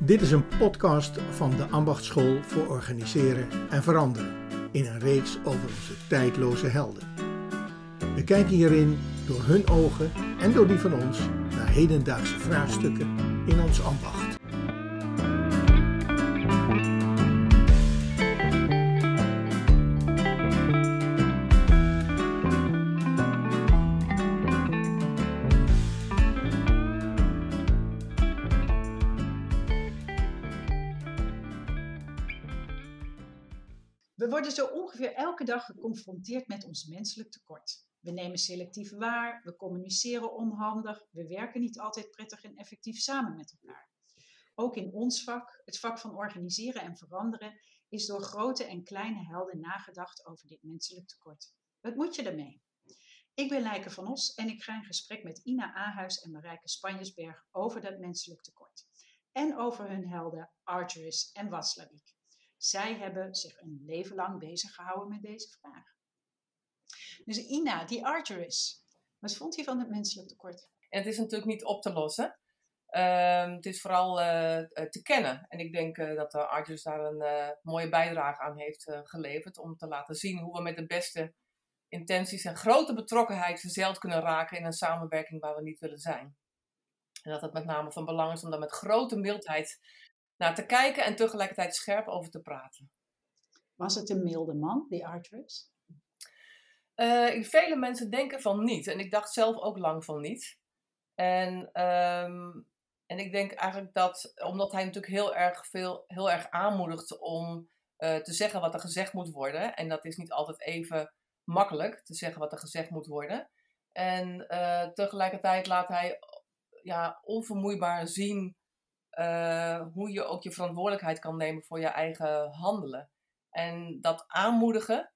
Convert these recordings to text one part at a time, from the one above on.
Dit is een podcast van de Ambachtschool voor Organiseren en Veranderen in een reeks over onze tijdloze helden. We kijken hierin door hun ogen en door die van ons naar hedendaagse vraagstukken in ons ambacht. We worden zo ongeveer elke dag geconfronteerd met ons menselijk tekort. We nemen selectief waar, we communiceren onhandig, we werken niet altijd prettig en effectief samen met elkaar. Ook in ons vak, het vak van organiseren en veranderen, is door grote en kleine helden nagedacht over dit menselijk tekort. Wat moet je ermee? Ik ben Lijke van Os en ik ga in gesprek met Ina Ahuis en Marijke Spanjesberg over dat menselijk tekort. En over hun helden Argyris en Watzlawick. Zij hebben zich een leven lang bezig gehouden met deze vraag. Dus Ina, die Argyris, wat vond je van het menselijk tekort? En het is natuurlijk niet op te lossen. Het is vooral te kennen. En ik denk dat Argyris daar een mooie bijdrage aan heeft geleverd. Om te laten zien hoe we met de beste intenties en grote betrokkenheid verzeild kunnen raken in een samenwerking waar we niet willen zijn. En dat het met name van belang is om daar met grote mildheid naar te kijken en tegelijkertijd scherp over te praten. Was het een milde man, die Argyris? Vele mensen denken van niet. En ik dacht zelf ook lang van niet. En ik denk eigenlijk dat, omdat hij natuurlijk heel erg aanmoedigt om te zeggen wat er gezegd moet worden. En dat is niet altijd even makkelijk, te zeggen wat er gezegd moet worden. En tegelijkertijd laat hij onvermoeibaar zien hoe je ook je verantwoordelijkheid kan nemen voor je eigen handelen. En dat aanmoedigen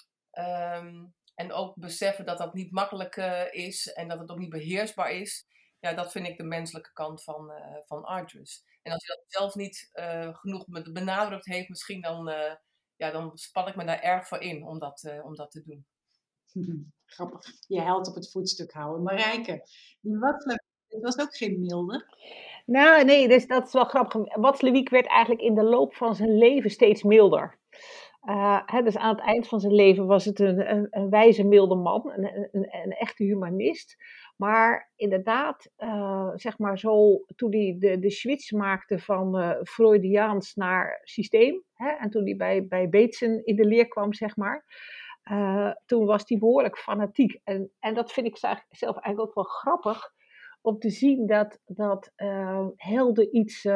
en ook beseffen dat dat niet makkelijk is en dat het ook niet beheersbaar is. Ja, dat vind ik de menselijke kant van Argyris. En als hij dat zelf niet genoeg benadrukt heeft, misschien dan span ik me daar erg voor in om dat te doen. Grappig. Je held op het voetstuk houden. Marijke, die Watzlawick, het was ook geen milde. Nou, nee, dus dat is wel grappig. Watzlawick werd eigenlijk in de loop van zijn leven steeds milder. Dus aan het eind van zijn leven was het een wijze, milde man, een echte humanist. Maar inderdaad, zeg maar zo, toen hij de switch maakte van Freudiaans naar systeem, en toen hij bij Bateson in de leer kwam, zeg maar, toen was hij behoorlijk fanatiek. En dat vind ik zelf eigenlijk ook wel grappig, om te zien dat helden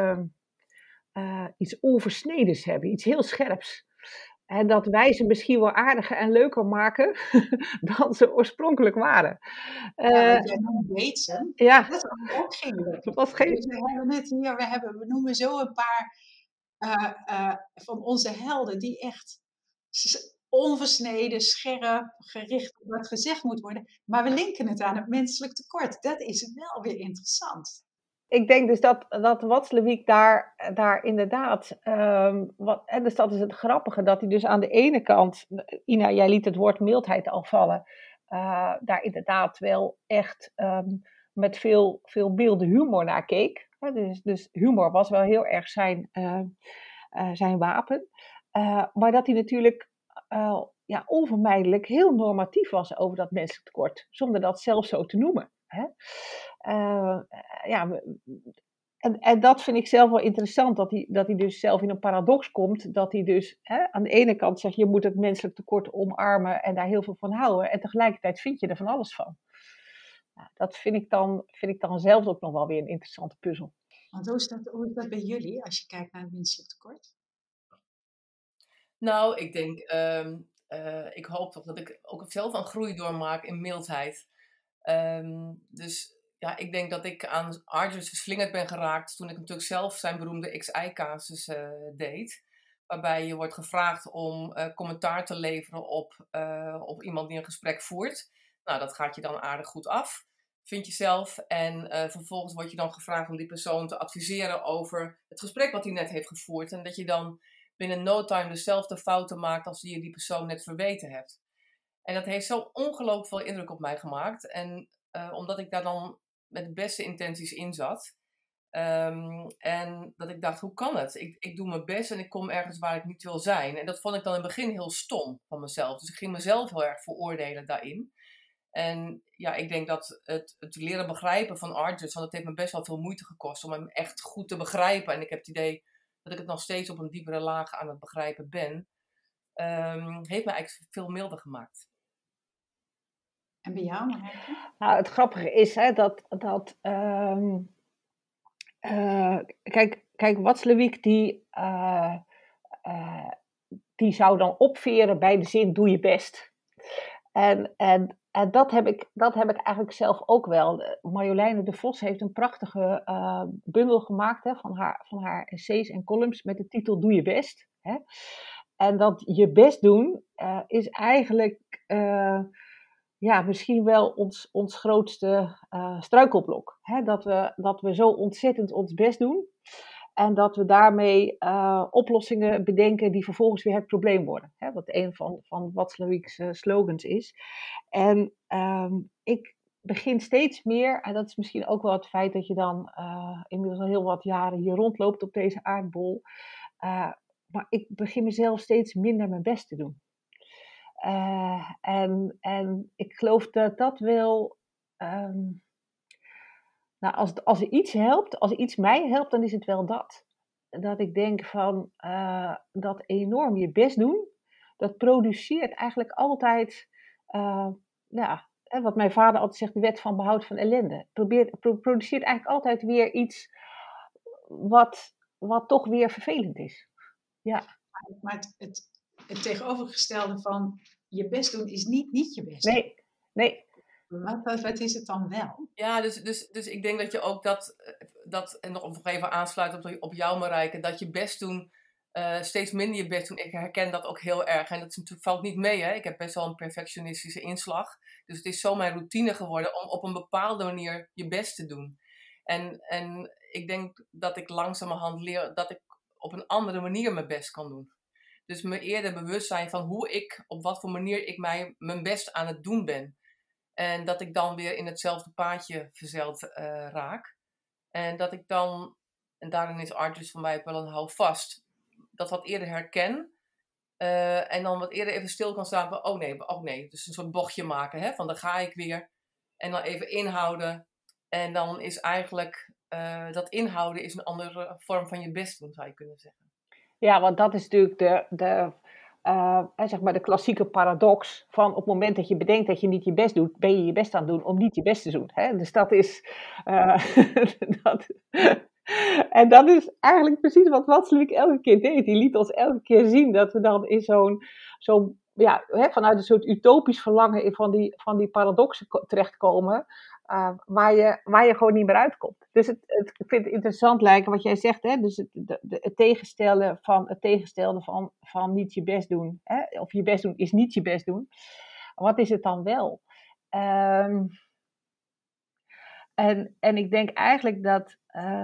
iets onversnedens hebben, iets heel scherps. En dat wij ze misschien wel aardiger en leuker maken dan ze oorspronkelijk waren. Want jij noemt Bateson. Ja. Dat was ook geen leuk. Dat was geen... Dus we hebben het hier, we noemen zo een paar van onze helden die echt onversneden, scherp, gericht op wat gezegd moet worden. Maar we linken het aan het menselijk tekort. Dat is wel weer interessant. Ik denk dus dat Watzlawick daar inderdaad, dus dat is het grappige, dat hij dus aan de ene kant, Ina, jij liet het woord mildheid al vallen, daar inderdaad wel echt met veel milde humor naar keek. Dus humor was wel heel erg zijn wapen. Maar dat hij natuurlijk onvermijdelijk heel normatief was over dat menselijk tekort, zonder dat zelf zo te noemen. En dat vind ik zelf wel interessant, dat hij dus zelf in een paradox komt, dat hij dus aan de ene kant zegt, je moet het menselijk tekort omarmen en daar heel veel van houden, en tegelijkertijd vind je er van alles van. Nou, dat vind ik dan zelf ook nog wel weer een interessante puzzel. Want hoe is dat bij jullie, als je kijkt naar het menselijk tekort? Nou, ik denk, ik hoop toch dat ik ook zelf een groei doormaak in mildheid. Dus ja, ik denk dat ik aan Argyris verslingerd ben geraakt toen ik natuurlijk zelf zijn beroemde XI-casus deed. Waarbij je wordt gevraagd om commentaar te leveren op iemand die een gesprek voert. Nou, dat gaat je dan aardig goed af, vind je zelf. En vervolgens word je dan gevraagd om die persoon te adviseren over het gesprek wat hij net heeft gevoerd. En dat je dan binnen no time dezelfde fouten maakt als die je die persoon net verweten hebt. En dat heeft zo ongelooflijk veel indruk op mij gemaakt. En omdat ik daar dan met de beste intenties in zat, En dat ik dacht, hoe kan het? Ik doe mijn best en ik kom ergens waar ik niet wil zijn. En dat vond ik dan in het begin heel stom van mezelf. Dus ik ging mezelf heel erg veroordelen daarin. En ja, ik denk dat het leren begrijpen van Arjus, want het heeft me best wel veel moeite gekost om hem echt goed te begrijpen. En ik heb het idee dat ik het nog steeds op een diepere laag aan het begrijpen ben. Heeft mij eigenlijk veel milder gemaakt. En bij jou, Marijke? Nou, het grappige is hè, kijk, Watzlawick die zou dan opveren bij de zin doe je best. En dat heb ik eigenlijk zelf ook wel. Marjoleine de Vos heeft een prachtige bundel gemaakt hè, van haar essays en columns met de titel Doe je best. Hè. En dat je best doen is eigenlijk misschien wel ons grootste struikelblok. Hè. Dat we zo ontzettend ons best doen. En dat we daarmee oplossingen bedenken die vervolgens weer het probleem worden. Hè, wat een van Watzlawick's slogans is. En ik begin steeds meer, en dat is misschien ook wel het feit dat je dan inmiddels al heel wat jaren hier rondloopt op deze aardbol. Maar ik begin mezelf steeds minder mijn best te doen. En ik geloof dat dat wel... Nou, als er iets helpt, als er iets mij helpt, dan is het wel dat. Dat ik denk van, dat enorm je best doen, dat produceert eigenlijk altijd, wat mijn vader altijd zegt, de wet van behoud van ellende. Produceert eigenlijk altijd weer iets wat toch weer vervelend is. Ja. Maar het tegenovergestelde van je best doen is niet je best. Nee. Wat is het dan wel? Ja, dus ik denk dat je ook dat en nog even aansluit op jou, Marijke, dat je best doen, steeds minder je best doen. Ik herken dat ook heel erg. En dat valt niet mee, hè. Ik heb best wel een perfectionistische inslag. Dus het is zo mijn routine geworden om op een bepaalde manier je best te doen. En ik denk dat ik langzamerhand leer dat ik op een andere manier mijn best kan doen. Dus me eerder bewust zijn van op wat voor manier ik mijn best aan het doen ben. En dat ik dan weer in hetzelfde paadje verzeild raak. En dat ik dan, en daarin is Arjus voor mij ook wel een houvast, dat wat eerder herken. En dan wat eerder even stil kan staan van, oh nee. Dus een soort bochtje maken, hè, van dan ga ik weer. En dan even inhouden. En dan is eigenlijk, dat inhouden is een andere vorm van je best doen, zou je kunnen zeggen. Ja, want dat is natuurlijk zeg maar de klassieke paradox van op het moment dat je bedenkt dat je niet je best doet, ben je je best aan het doen om niet je best te doen. Hè? Dus dat is... En dat is eigenlijk precies wat Watzlawick elke keer deed. Die liet ons elke keer zien dat we dan in vanuit een soort utopisch verlangen in van die paradoxen terechtkomen. Waar je gewoon niet meer uitkomt. Dus ik vind het interessant lijken wat jij zegt. Hè? Dus het tegenstellen van niet je best doen. Hè? Of je best doen is niet je best doen. Wat is het dan wel? En ik denk eigenlijk dat...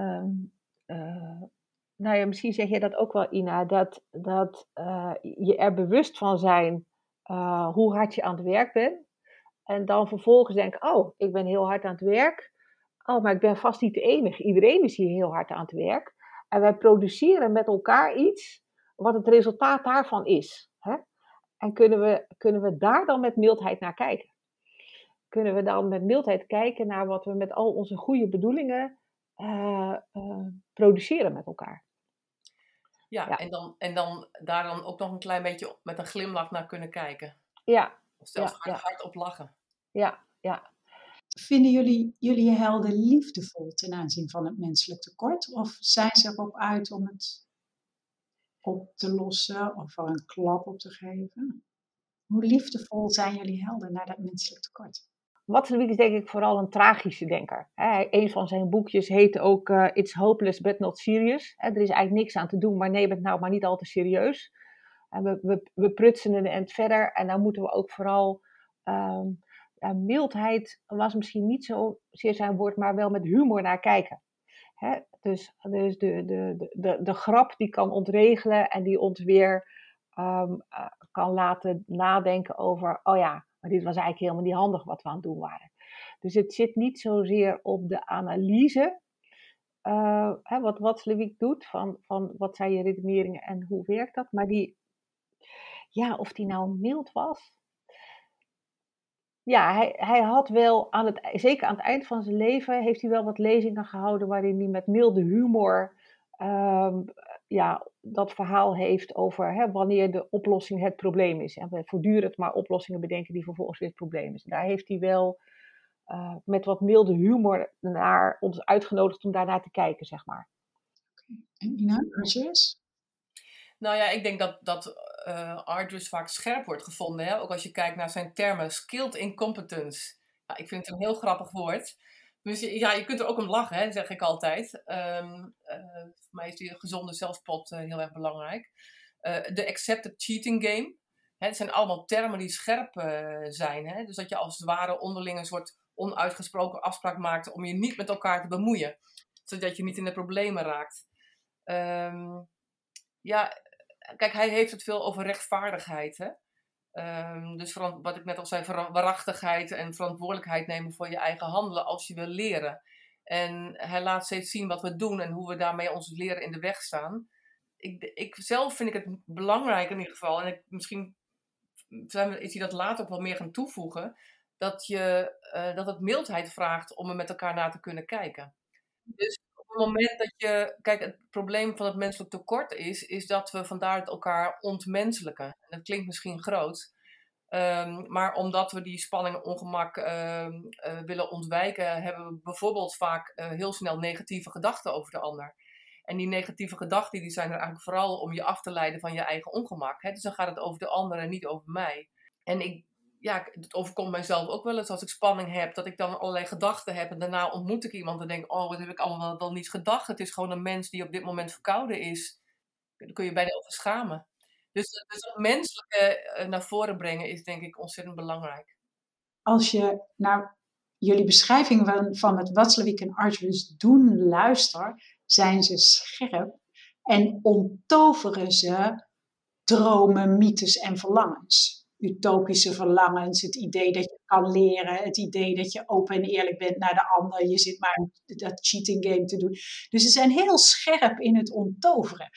misschien zeg jij dat ook wel, Ina. Dat je er bewust van zijn hoe hard je aan het werk bent. En dan vervolgens denken, oh, ik ben heel hard aan het werk. Oh, maar ik ben vast niet de enige. Iedereen is hier heel hard aan het werk. En wij produceren met elkaar iets wat het resultaat daarvan is. Hè? En kunnen we daar dan met mildheid naar kijken? Kunnen we dan met mildheid kijken naar wat we met al onze goede bedoelingen produceren met elkaar? Ja. En dan daar dan ook nog een klein beetje met een glimlach naar kunnen kijken. Ja. Of zelfs hard op lachen. Ja. Vinden jullie helden liefdevol ten aanzien van het menselijk tekort? Of zijn ze erop uit om het op te lossen of er een klap op te geven? Hoe liefdevol zijn jullie helden naar dat menselijk tekort? Watzlawick is denk ik vooral een tragische denker. Een van zijn boekjes heet ook It's Hopeless but Not Serious. Er is eigenlijk niks aan te doen, maar neem het nou maar niet al te serieus. We prutsen een end verder en dan moeten we ook vooral... mildheid was misschien niet zozeer zijn woord, maar wel met humor naar kijken. Hè? Dus de grap die kan ontregelen en die ons weer kan laten nadenken over, oh ja, maar dit was eigenlijk helemaal niet handig wat we aan het doen waren. Dus het zit niet zozeer op de analyse, wat Watzlawick doet, van wat zijn je redeneringen en hoe werkt dat. Maar of die nou mild was. Ja, hij had wel, zeker aan het eind van zijn leven, heeft hij wel wat lezingen gehouden waarin hij met milde humor dat verhaal heeft over wanneer de oplossing het probleem is. En we voortdurend maar oplossingen bedenken die vervolgens weer het probleem is. Daar heeft hij wel met wat milde humor naar ons uitgenodigd om daarnaar te kijken, zeg maar. En Ina, Argyrus? Nou ja, ik denk dat Argyrus vaak scherp wordt gevonden. Hè? Ook als je kijkt naar zijn termen. Skilled incompetence. Ja, ik vind het een heel grappig woord. Dus je kunt er ook om lachen, hè, zeg ik altijd. Voor mij is die gezonde zelfspot heel erg belangrijk. De accepted cheating game. Hè, het zijn allemaal termen die scherp zijn. Hè? Dus dat je als het ware onderling een soort onuitgesproken afspraak maakt om je niet met elkaar te bemoeien. Zodat je niet in de problemen raakt. Kijk, hij heeft het veel over rechtvaardigheid. Hè? Dus wat ik net al zei, waarachtigheid en verantwoordelijkheid nemen voor je eigen handelen als je wil leren. En hij laat steeds zien wat we doen en hoe we daarmee ons leren in de weg staan. Ik zelf vind ik het belangrijk in ieder geval, en misschien is hij dat later ook wel meer gaan toevoegen, dat het mildheid vraagt om er met elkaar naar te kunnen kijken. Dus op het moment dat kijk, het probleem van het menselijk tekort is dat we vandaar elkaar ontmenselijken. En dat klinkt misschien groot, maar omdat we die spanning en ongemak willen ontwijken, hebben we bijvoorbeeld vaak heel snel negatieve gedachten over de ander. En die negatieve gedachten die zijn er eigenlijk vooral om je af te leiden van je eigen ongemak. Hè? Dus dan gaat het over de ander en niet over mij. En het overkomt mijzelf ook wel eens als ik spanning heb, dat ik dan allerlei gedachten heb en daarna ontmoet ik iemand en denk, oh, wat heb ik allemaal wel niet gedacht. Het is gewoon een mens die op dit moment verkouden is. Daar kun je bijna over schamen. Dus dat menselijke naar voren brengen is denk ik ontzettend belangrijk. Als je naar jullie beschrijving van wat Watzlawick en Argyrus doen luistert, zijn ze scherp en onttoveren ze dromen, mythes en verlangens. Utopische verlangens, het idee dat je kan leren, het idee dat je open en eerlijk bent naar de ander, je zit maar dat cheating game te doen. Dus ze zijn heel scherp in het onttoveren.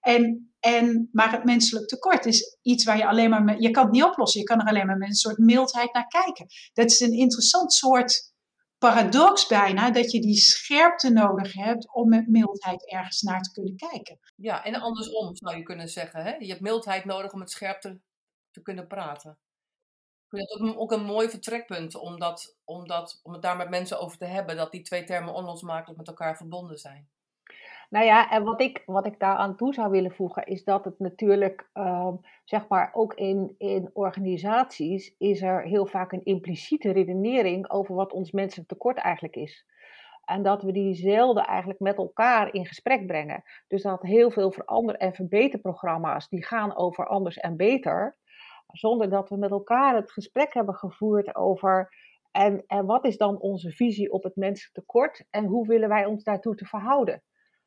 Maar het menselijk tekort is iets waar je alleen maar je kan het niet oplossen, je kan er alleen maar met een soort mildheid naar kijken. Dat is een interessant soort paradox bijna, dat je die scherpte nodig hebt om met mildheid ergens naar te kunnen kijken. Ja, en andersom zou je kunnen zeggen. Hè? Je hebt mildheid nodig om het scherp te kunnen praten. Ik vind het ook een mooi vertrekpunt om het daar met mensen over te hebben, dat die twee termen onlosmakelijk met elkaar verbonden zijn. Nou ja, en wat ik daar aan toe zou willen voegen, is dat het natuurlijk, zeg maar, ook in organisaties is er heel vaak een impliciete redenering over wat ons menselijk tekort eigenlijk is. En dat we die zelden eigenlijk met elkaar in gesprek brengen. Dus dat heel veel verander- en verbeterprogramma's die gaan over anders en beter, zonder dat we met elkaar het gesprek hebben gevoerd over en wat is dan onze visie op het menselijk tekort en hoe willen wij ons daartoe te verhouden.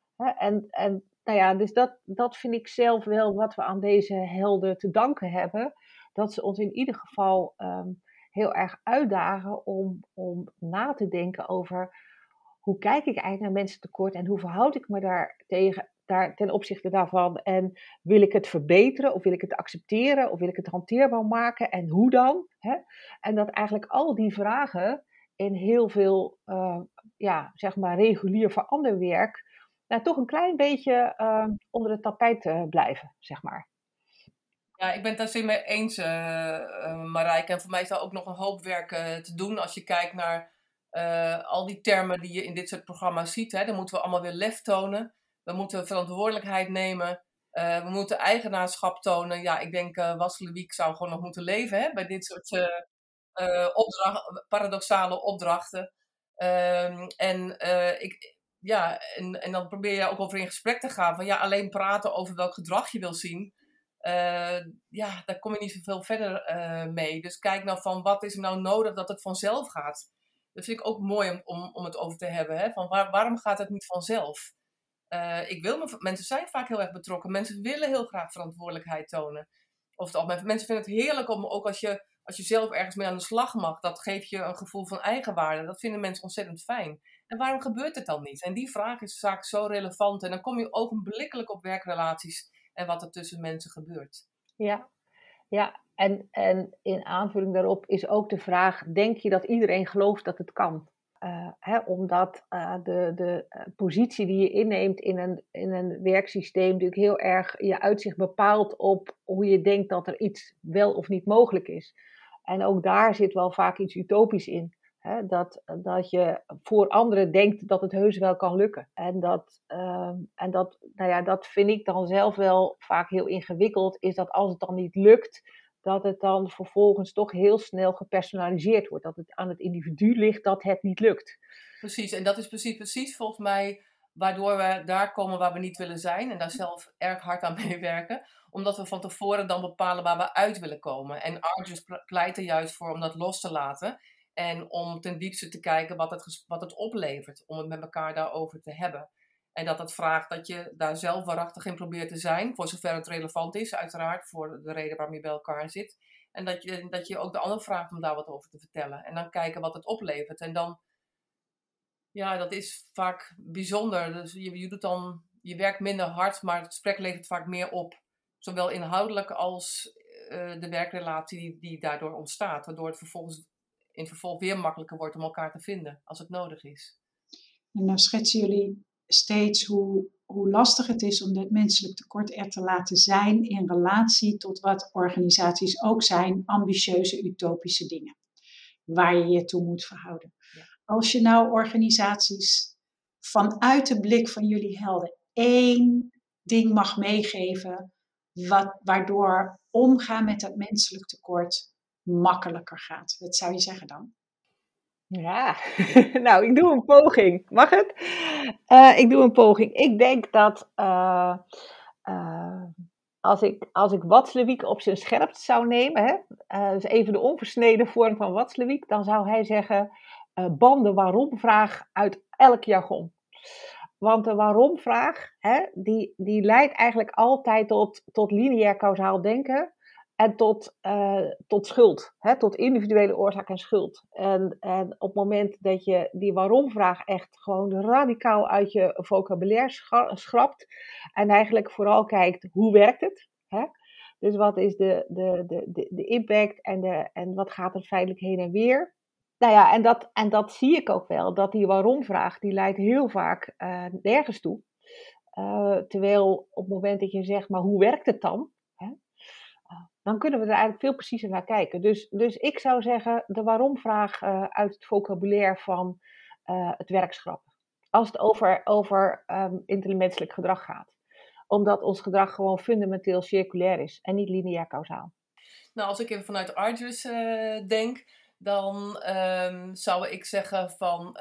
Dus dat vind ik zelf wel wat we aan deze helden te danken hebben. Dat ze ons in ieder geval heel erg uitdagen om na te denken over hoe kijk ik eigenlijk naar mensen tekort en hoe verhoud ik me daar ten opzichte daarvan. En wil ik het verbeteren of wil ik het accepteren of wil ik het hanteerbaar maken en hoe dan? Hè? En dat eigenlijk al die vragen in heel veel zeg maar regulier veranderwerk toch een klein beetje onder het tapijt blijven, zeg maar. Ja, ik ben het daar zeer mee eens, Marijke. En voor mij is daar ook nog een hoop werk te doen als je kijkt naar al die termen die je in dit soort programma's ziet. Hè. Dan moeten we allemaal weer lef tonen. We moeten verantwoordelijkheid nemen. We moeten eigenaarschap tonen. Ja, ik denk Watzlawick zou gewoon nog moeten leven, hè, bij dit soort paradoxale opdrachten. En dan probeer je ook over in gesprek te gaan. Van ja, alleen praten over welk gedrag je wil zien. Daar kom je niet zoveel verder mee. Dus kijk nou van wat is er nou nodig dat het vanzelf gaat. Dat vind ik ook mooi om het over te hebben. Hè? Van waarom gaat het niet vanzelf? Mensen zijn vaak heel erg betrokken. Mensen willen heel graag verantwoordelijkheid tonen. Mensen vinden het heerlijk om ook als je Als je zelf ergens mee aan de slag mag, dat geeft je een gevoel van eigenwaarde. Dat vinden mensen ontzettend fijn. En waarom gebeurt het dan niet? En die vraag is vaak zo relevant. En dan kom je ogenblikkelijk op werkrelaties en wat er tussen mensen gebeurt. Ja, ja. En in aanvulling daarop is ook de vraag, denk je dat iedereen gelooft dat het kan? Omdat de positie die je inneemt in een werksysteem natuurlijk heel erg je uitzicht bepaalt op hoe je denkt dat er iets wel of niet mogelijk is. En ook daar zit wel vaak iets utopisch in. Dat je voor anderen denkt dat het heus wel kan lukken. Dat vind ik dan zelf wel vaak heel ingewikkeld, is dat als het dan niet lukt, dat het dan vervolgens toch heel snel gepersonaliseerd wordt. Dat het aan het individu ligt dat het niet lukt. Precies, en dat is precies volgens mij waardoor we daar komen waar we niet willen zijn. En daar zelf erg hard aan meewerken. Omdat we van tevoren dan bepalen waar we uit willen komen. En Argus pleit er juist voor om dat los te laten. En om ten diepste te kijken wat het oplevert. Om het met elkaar daarover te hebben. En dat het vraagt dat je daar zelf waarachtig in probeert te zijn. Voor zover het relevant is, uiteraard. Voor de reden waarom je bij elkaar zit. En dat je ook de ander vraagt om daar wat over te vertellen. En dan kijken wat het oplevert. En dan, ja, dat is vaak bijzonder. Dus je werkt minder hard, maar het gesprek levert vaak meer op. Zowel inhoudelijk als de werkrelatie die daardoor ontstaat. Waardoor het in het vervolg weer makkelijker wordt om elkaar te vinden als het nodig is. En nou schetsen jullie steeds hoe lastig het is om het menselijk tekort er te laten zijn in relatie tot wat organisaties ook zijn, ambitieuze, utopische dingen, waar je je toe moet verhouden. Ja. Als je nou organisaties vanuit de blik van jullie helden 1 ding mag meegeven, waardoor omgaan met dat menselijk tekort makkelijker gaat. Wat zou je zeggen dan? Ja, nou, ik doe een poging. Mag het? Ik doe een poging. Ik denk dat als ik Watzlawick op zijn scherpst zou nemen, dus even de onversneden vorm van Watzlawick, dan zou hij zeggen, ban de waarom-vraag uit elk jargon. Want de waarom-vraag, die leidt eigenlijk altijd tot lineair kausaal denken en tot schuld, tot individuele oorzaak en schuld. En op het moment dat je die waarom-vraag echt gewoon radicaal uit je vocabulaire schrapt en eigenlijk vooral kijkt, hoe werkt het? Dus wat is de impact en wat gaat er feitelijk heen en weer? Nou ja, en dat zie ik ook wel, dat die waarom-vraag, die leidt heel vaak nergens toe. Terwijl op het moment dat je zegt, maar hoe werkt het dan? Dan kunnen we er eigenlijk veel preciezer naar kijken. Dus ik zou zeggen, de waarom-vraag uit het vocabulaire van het werk schrappen. Als het over intermenselijk gedrag gaat. Omdat ons gedrag gewoon fundamenteel circulair is en niet lineair kausaal. Nou, als ik even vanuit Argus denk, dan zou ik zeggen van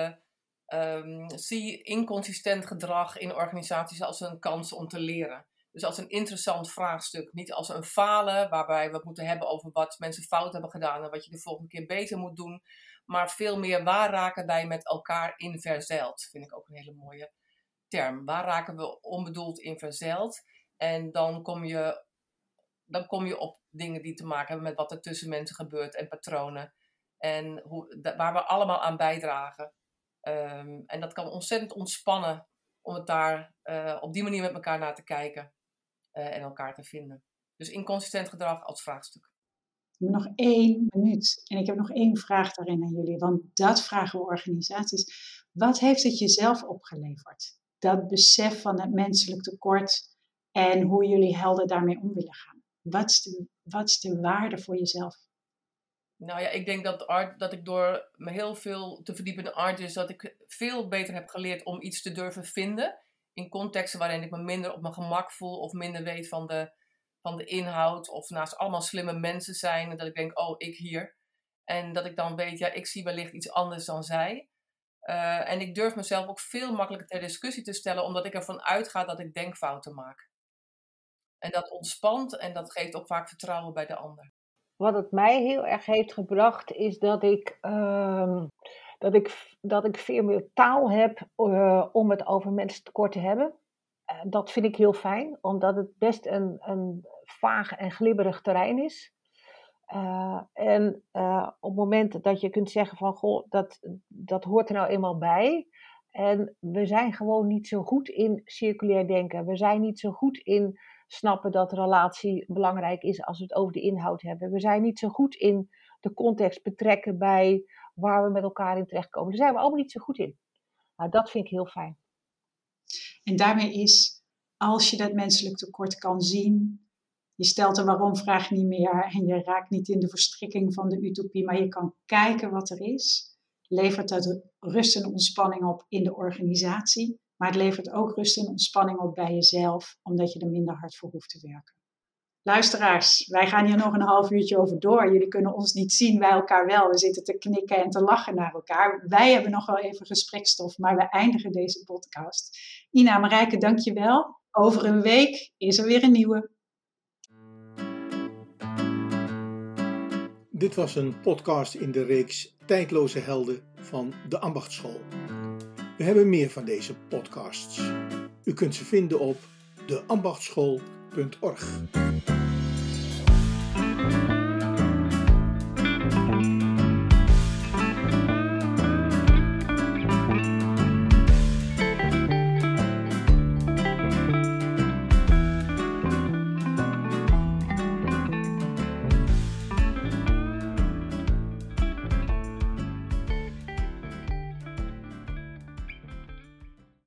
zie inconsistent gedrag in organisaties als een kans om te leren. Dus als een interessant vraagstuk, niet als een falen waarbij we het moeten hebben over wat mensen fout hebben gedaan en wat je de volgende keer beter moet doen. Maar veel meer, waar raken wij met elkaar in verzeild? Vind ik ook een hele mooie term. Waar raken we onbedoeld in verzeild? En dan kom je op dingen die te maken hebben met wat er tussen mensen gebeurt en patronen. En waar we allemaal aan bijdragen. En dat kan ontzettend ontspannen om het daar op die manier met elkaar naar te kijken. En elkaar te vinden. Dus inconsistent gedrag als vraagstuk. We hebben nog 1 minuut. En ik heb nog 1 vraag daarin aan jullie. Want dat vragen we organisaties. Wat heeft het jezelf opgeleverd? Dat besef van het menselijk tekort. En hoe jullie helden daarmee om willen gaan. Wat is de waarde voor jezelf? Nou ja, ik denk dat ik door me heel veel te verdiepen in Argus, dat ik veel beter heb geleerd om iets te durven vinden. In contexten waarin ik me minder op mijn gemak voel of minder weet van de inhoud. Of naast allemaal slimme mensen zijn. En dat ik denk, oh, ik hier. En dat ik dan weet, ja, ik zie wellicht iets anders dan zij. En ik durf mezelf ook veel makkelijker ter discussie te stellen, omdat ik ervan uitga dat ik denkfouten maak. En dat ontspant en dat geeft ook vaak vertrouwen bij de ander. Wat het mij heel erg heeft gebracht, is dat ik veel meer taal heb om het over menstekort te hebben. Dat vind ik heel fijn, omdat het best een vaag en glibberig terrein is. Op het moment dat je kunt zeggen van, goh, dat hoort er nou eenmaal bij. En we zijn gewoon niet zo goed in circulair denken. We zijn niet zo goed in snappen dat relatie belangrijk is als we het over de inhoud hebben. We zijn niet zo goed in de context betrekken bij waar we met elkaar in terechtkomen. Daar zijn we allemaal niet zo goed in. Nou, dat vind ik heel fijn. En daarmee is, als je dat menselijk tekort kan zien, je stelt een waarom-vraag niet meer en je raakt niet in de verstrikking van de utopie, maar je kan kijken wat er is, levert dat rust en ontspanning op in de organisatie, maar het levert ook rust en ontspanning op bij jezelf, omdat je er minder hard voor hoeft te werken. Luisteraars, wij gaan hier nog een half uurtje over door. Jullie kunnen ons niet zien, wij elkaar wel. We zitten te knikken en te lachen naar elkaar. Wij hebben nog wel even gesprekstof, maar we eindigen deze podcast. Ina, Marijke, dank je wel. Over een week is er weer een nieuwe. Dit was een podcast in de reeks Tijdloze Helden van de Ambachtsschool. We hebben meer van deze podcasts. U kunt ze vinden op deambachtsschool.org.